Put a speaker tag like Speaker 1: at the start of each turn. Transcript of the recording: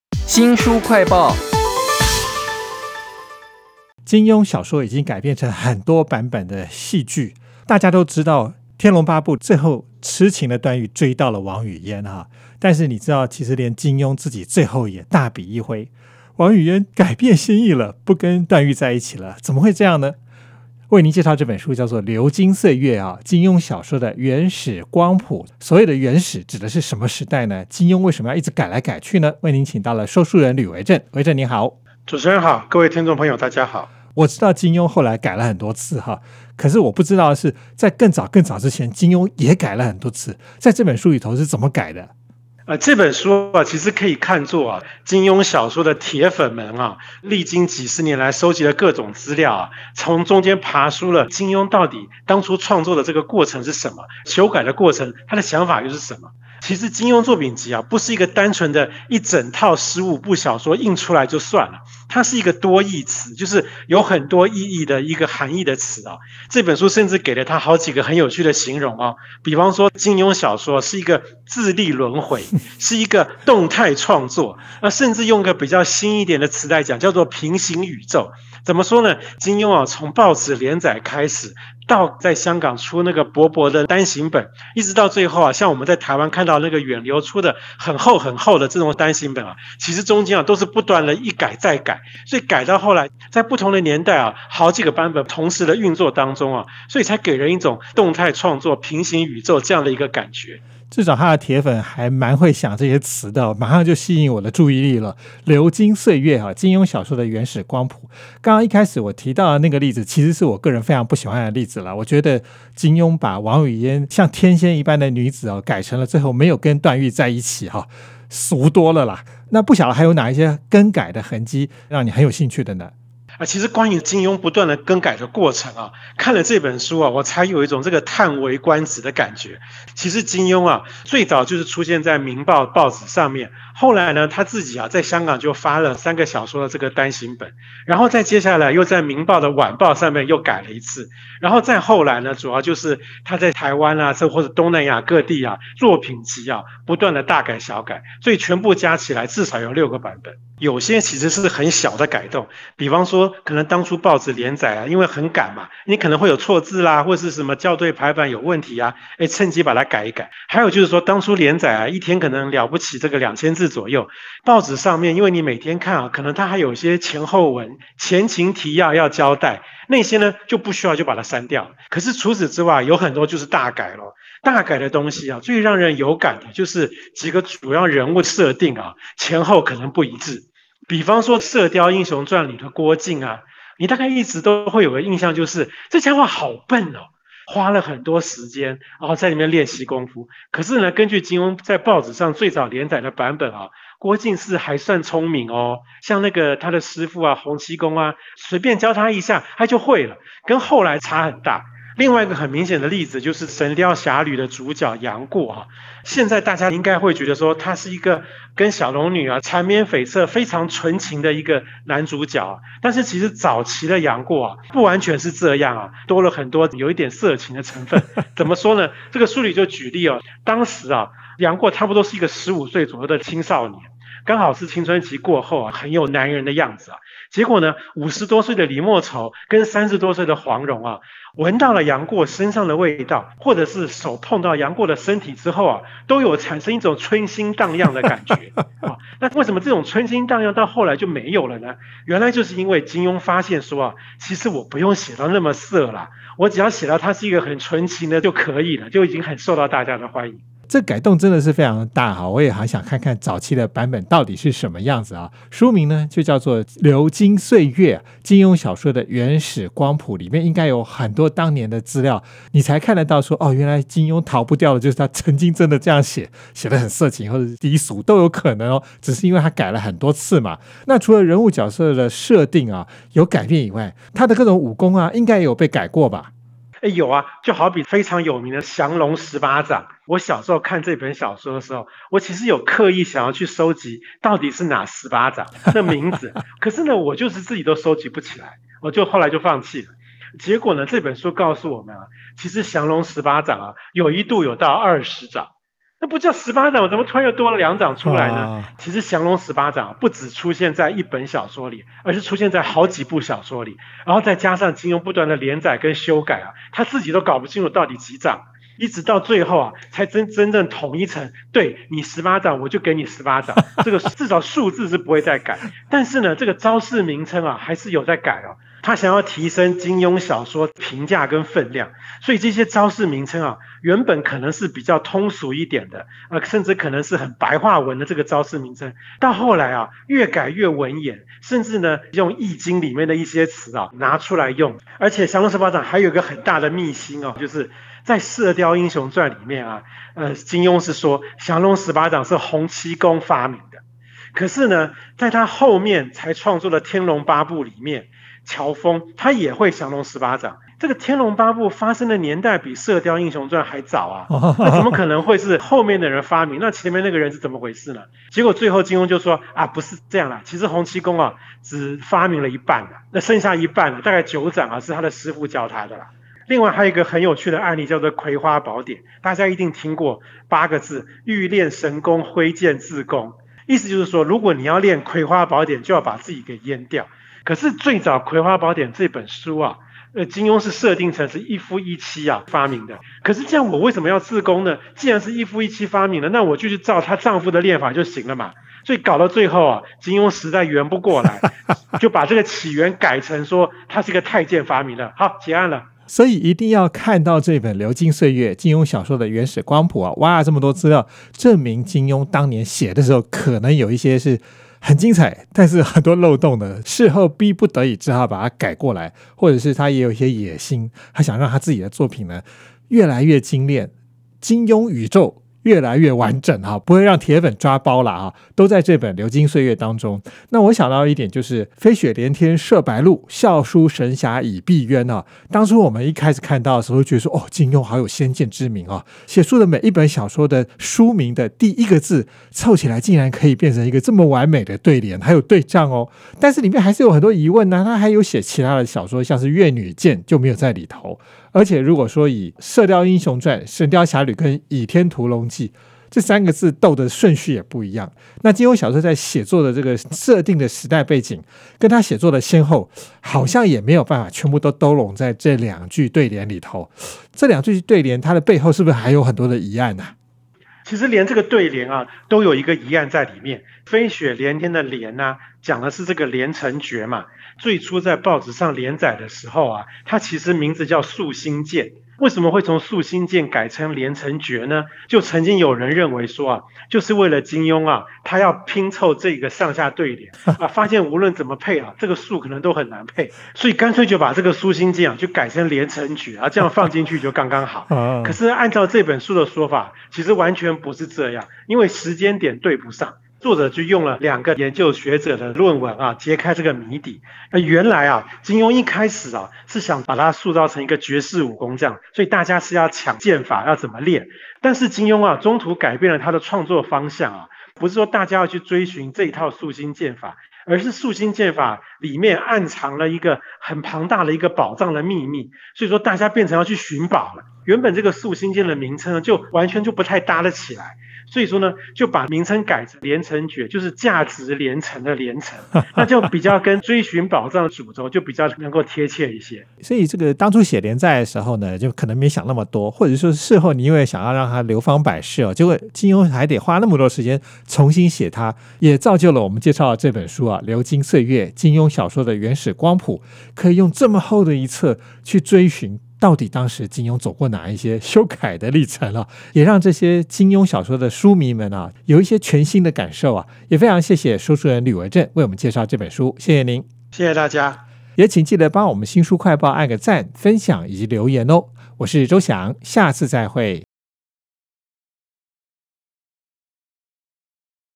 Speaker 1: 新书快报。
Speaker 2: 金庸小说已经改编成很多版本的戏剧，大家都知道天龙八部最后痴情的段誉追到了王语嫣但是你知道其实连金庸自己最后也大笔一挥，王语嫣改变心意了，不跟段誉在一起了，怎么会这样呢？为您介绍这本书叫做《流金岁月》金庸小说的原始光谱。所谓的原始指的是什么时代呢？金庸为什么要一直改来改去呢？为您请到了说书人吕维正。维正您好。
Speaker 3: 主持人好，各位听众朋友大家好。
Speaker 2: 我知道金庸后来改了很多次可是我不知道的是在更早之前金庸也改了很多次，在这本书里头是怎么改的？
Speaker 3: 这本书其实可以看作金庸小说的铁粉们历经几十年来收集了各种资料从中间爬出了金庸到底当初创作的这个过程是什么，修改的过程他的想法又是什么。其实金庸作品集不是一个单纯的一整套15部小说印出来就算了，它是一个多义词，就是有很多意义的一个含义的词这本书甚至给了他好几个很有趣的形容比方说金庸小说是一个自力轮回，是一个动态创作，甚至用个比较新一点的词来讲，叫做平行宇宙。怎么说呢？金庸从报纸连载开始，到在香港出那个薄薄的单行本，一直到最后像我们在台湾看到那个远流出的很厚很厚的这种单行本其实中间都是不断的一改再改，所以改到后来在不同的年代好几个版本同时的运作当中所以才给人一种动态创作平行宇宙这样的一个感觉。
Speaker 2: 至少他的铁粉还蛮会想这些词的马上就吸引我的注意力了。流金岁月金庸小说的原始光谱。刚刚一开始我提到的那个例子其实是我个人非常不喜欢的例子了。我觉得金庸把王语嫣像天仙一般的女子改成了最后没有跟段誉在一起俗多了啦。那不晓得还有哪一些更改的痕迹让你很有兴趣的呢？
Speaker 3: 其实关于金庸不断的更改的过程看了这本书我才有一种这个叹为观止的感觉。其实金庸最早就是出现在《明报》报纸上面，后来呢他自己在香港就发了3个小说的这个单行本，然后再接下来又在《明报》的晚报上面又改了一次，然后再后来呢主要就是他在台湾或者东南亚各地作品集不断的大改小改，所以全部加起来至少有6个版本。有些其实是很小的改动，比方说可能当初报纸连载因为很赶嘛，你可能会有错字啦，或是什么校对排版有问题趁机把它改一改。还有就是说当初连载一天可能了不起这个2000字左右，报纸上面因为你每天看可能它还有一些前后文前情提要要交代，那些呢就不需要就把它删掉。可是除此之外有很多就是大改了。大改的东西最让人有感的就是几个主要人物设定前后可能不一致。比方说《射雕英雄传》里的郭靖你大概一直都会有个印象，就是这家伙好笨花了很多时间然后在里面练习功夫。可是呢根据金庸在报纸上最早连载的版本郭靖是还算聪明像那个他的师傅洪七公随便教他一下他就会了，跟后来差很大。另外一个很明显的例子就是《神雕侠侣》的主角杨过现在大家应该会觉得说他是一个跟小龙女缠绵悱恻非常纯情的一个男主角但是其实早期的杨过不完全是这样多了很多有一点色情的成分。怎么说呢？这个书里就举例当时杨过差不多是一个15岁左右的青少年，刚好是青春期过后很有男人的样子结果呢50多岁的李莫愁跟30多岁的黄蓉闻到了杨过身上的味道，或者是手碰到杨过的身体之后都有产生一种春心荡漾的感觉那为什么这种春心荡漾到后来就没有了呢？原来就是因为金庸发现说其实我不用写到那么色啦，我只要写到他是一个很纯情的就可以了，就已经很受到大家的欢迎。
Speaker 2: 这改动真的是非常大我也很想看看早期的版本到底是什么样子书名呢就叫做《流金岁月》，金庸小说的原始光谱，里面应该有很多当年的资料，你才看得到说原来金庸逃不掉的就是他曾经真的这样写得很色情或者低俗都有可能只是因为他改了很多次嘛。那除了人物角色的设定有改变以外，他的各种武功应该也有被改过吧？
Speaker 3: 有就好比非常有名的降龙18掌，我小时候看这本小说的时候，我其实有刻意想要去收集到底是哪18掌的名字可是呢我就是自己都收集不起来，我就后来就放弃了。结果呢这本书告诉我们其实降龙18掌有一度有到20掌， 那不叫18掌，怎么突然又多了2掌出来呢？其实降龙18掌不只出现在一本小说里，而是出现在好几部小说里，然后再加上金庸不断的连载跟修改啊，他自己都搞不清楚到底几掌，一直到最后啊，才真正统一成，对你18掌我就给你18掌，这个至少数字是不会再改，但是呢，这个招式名称啊还是有在改哦。他想要提升金庸小说评价跟分量，所以这些招式名称啊，原本可能是比较通俗一点的，甚至可能是很白话文的这个招式名称，到后来啊，越改越文言，甚至呢，用易经里面的一些词啊拿出来用。而且降龙十八掌还有一个很大的秘辛哦，就是在《射雕英雄传》里面啊，金庸是说降龙十八掌是洪七公发明的，可是呢，在他后面才创作的《天龙八部》里面。乔峰他也会降龙十八掌，这个天龙八部发生的年代比射雕英雄传还早啊，那怎么可能会是后面的人发明？那前面那个人是怎么回事呢？结果最后金庸就说啊，不是这样啦，其实洪七公啊只发明了一半啦，那剩下一半大概9掌啊是他的师傅教他的啦。另外还有一个很有趣的案例叫做葵花宝典，大家一定听过8个字，欲练神功挥剑自宫，意思就是说如果你要练葵花宝典就要把自己给阉掉。可是最早《葵花宝典》这本书啊，金庸是设定成是一夫一妻啊发明的。可是这样我为什么要自宫呢？既然是一夫一妻发明了，那我就去照她丈夫的练法就行了嘛。所以搞到最后啊，金庸实在圆不过来，就把这个起源改成说他是一个太监发明的。好，结案了。
Speaker 2: 所以一定要看到这本《流金岁月》金庸小说的原始光谱啊，挖了这么多资料，证明金庸当年写的时候可能有一些是很精彩，但是很多漏洞的，事后逼不得已只好把它改过来，或者是他也有一些野心，他想让他自己的作品呢越来越精炼，金庸宇宙越来越完整啊，不会让铁粉抓包了啊，都在这本《流金岁月》当中。那我想到一点就是飞雪连天射白鹿，笑书神侠倚碧鸳啊。当初我们一开始看到的时候觉得说，金庸好有先见之明啊，写出的每一本小说的书名的第一个字凑起来竟然可以变成一个这么完美的对联，还有对仗哦。但是里面还是有很多疑问呢，他还有写其他的小说，像是《越女剑》就没有在里头。而且如果说以《射雕英雄传》《神雕侠侣》跟《倚天屠龙记》这3个字斗的顺序也不一样，那金庸小说在写作的这个设定的时代背景跟他写作的先后好像也没有办法全部都兜拢在这2句对联里头。这2句对联它的背后是不是还有很多的疑案啊？
Speaker 3: 其实连这个对联啊都有一个疑案在里面。飞雪连天的连啊，讲的是这个连城诀嘛。最初在报纸上连载的时候啊，它其实名字叫素心剑。为什么会从素心剑改成连城诀呢？就曾经有人认为说啊，就是为了金庸啊，他要拼凑这个上下对联啊，发现无论怎么配啊，这个数可能都很难配，所以干脆就把这个素心剑啊，就改成连城诀啊，这样放进去就刚刚好。可是按照这本书的说法，其实完全不是这样，因为时间点对不上。作者就用了2个研究学者的论文啊，揭开这个谜底。原来啊，金庸一开始啊是想把它塑造成一个绝世武功将，所以大家是要抢剑法，要怎么练。但是金庸啊中途改变了他的创作方向啊，不是说大家要去追寻这一套素心剑法，而是素心剑法里面暗藏了一个很庞大的一个宝藏的秘密，所以说大家变成要去寻宝了。原本这个素心剑的名称呢，就完全就不太搭得起来。所以说呢，就把名称改成连城诀，就是价值连城的连城，那就比较跟追寻宝藏的主轴就比较能够贴切一些。
Speaker 2: 所以这个当初写连载的时候呢，就可能没想那么多，或者说事后你因为想要让它流芳百世结果金庸还得花那么多时间重新写它，也造就了我们介绍的这本书啊，《流金岁月》金庸小说的原始光谱，可以用这么厚的一册去追寻到底当时金庸走过哪一些修改的历程啊，也让这些金庸小说的书迷们啊有一些全新的感受啊。也非常谢谢说书人吕维正为我们介绍这本书，谢谢您。
Speaker 3: 谢谢大家，
Speaker 2: 也请记得帮我们新书快报按个赞、分享以及留言哦。我是周翔，下次再会。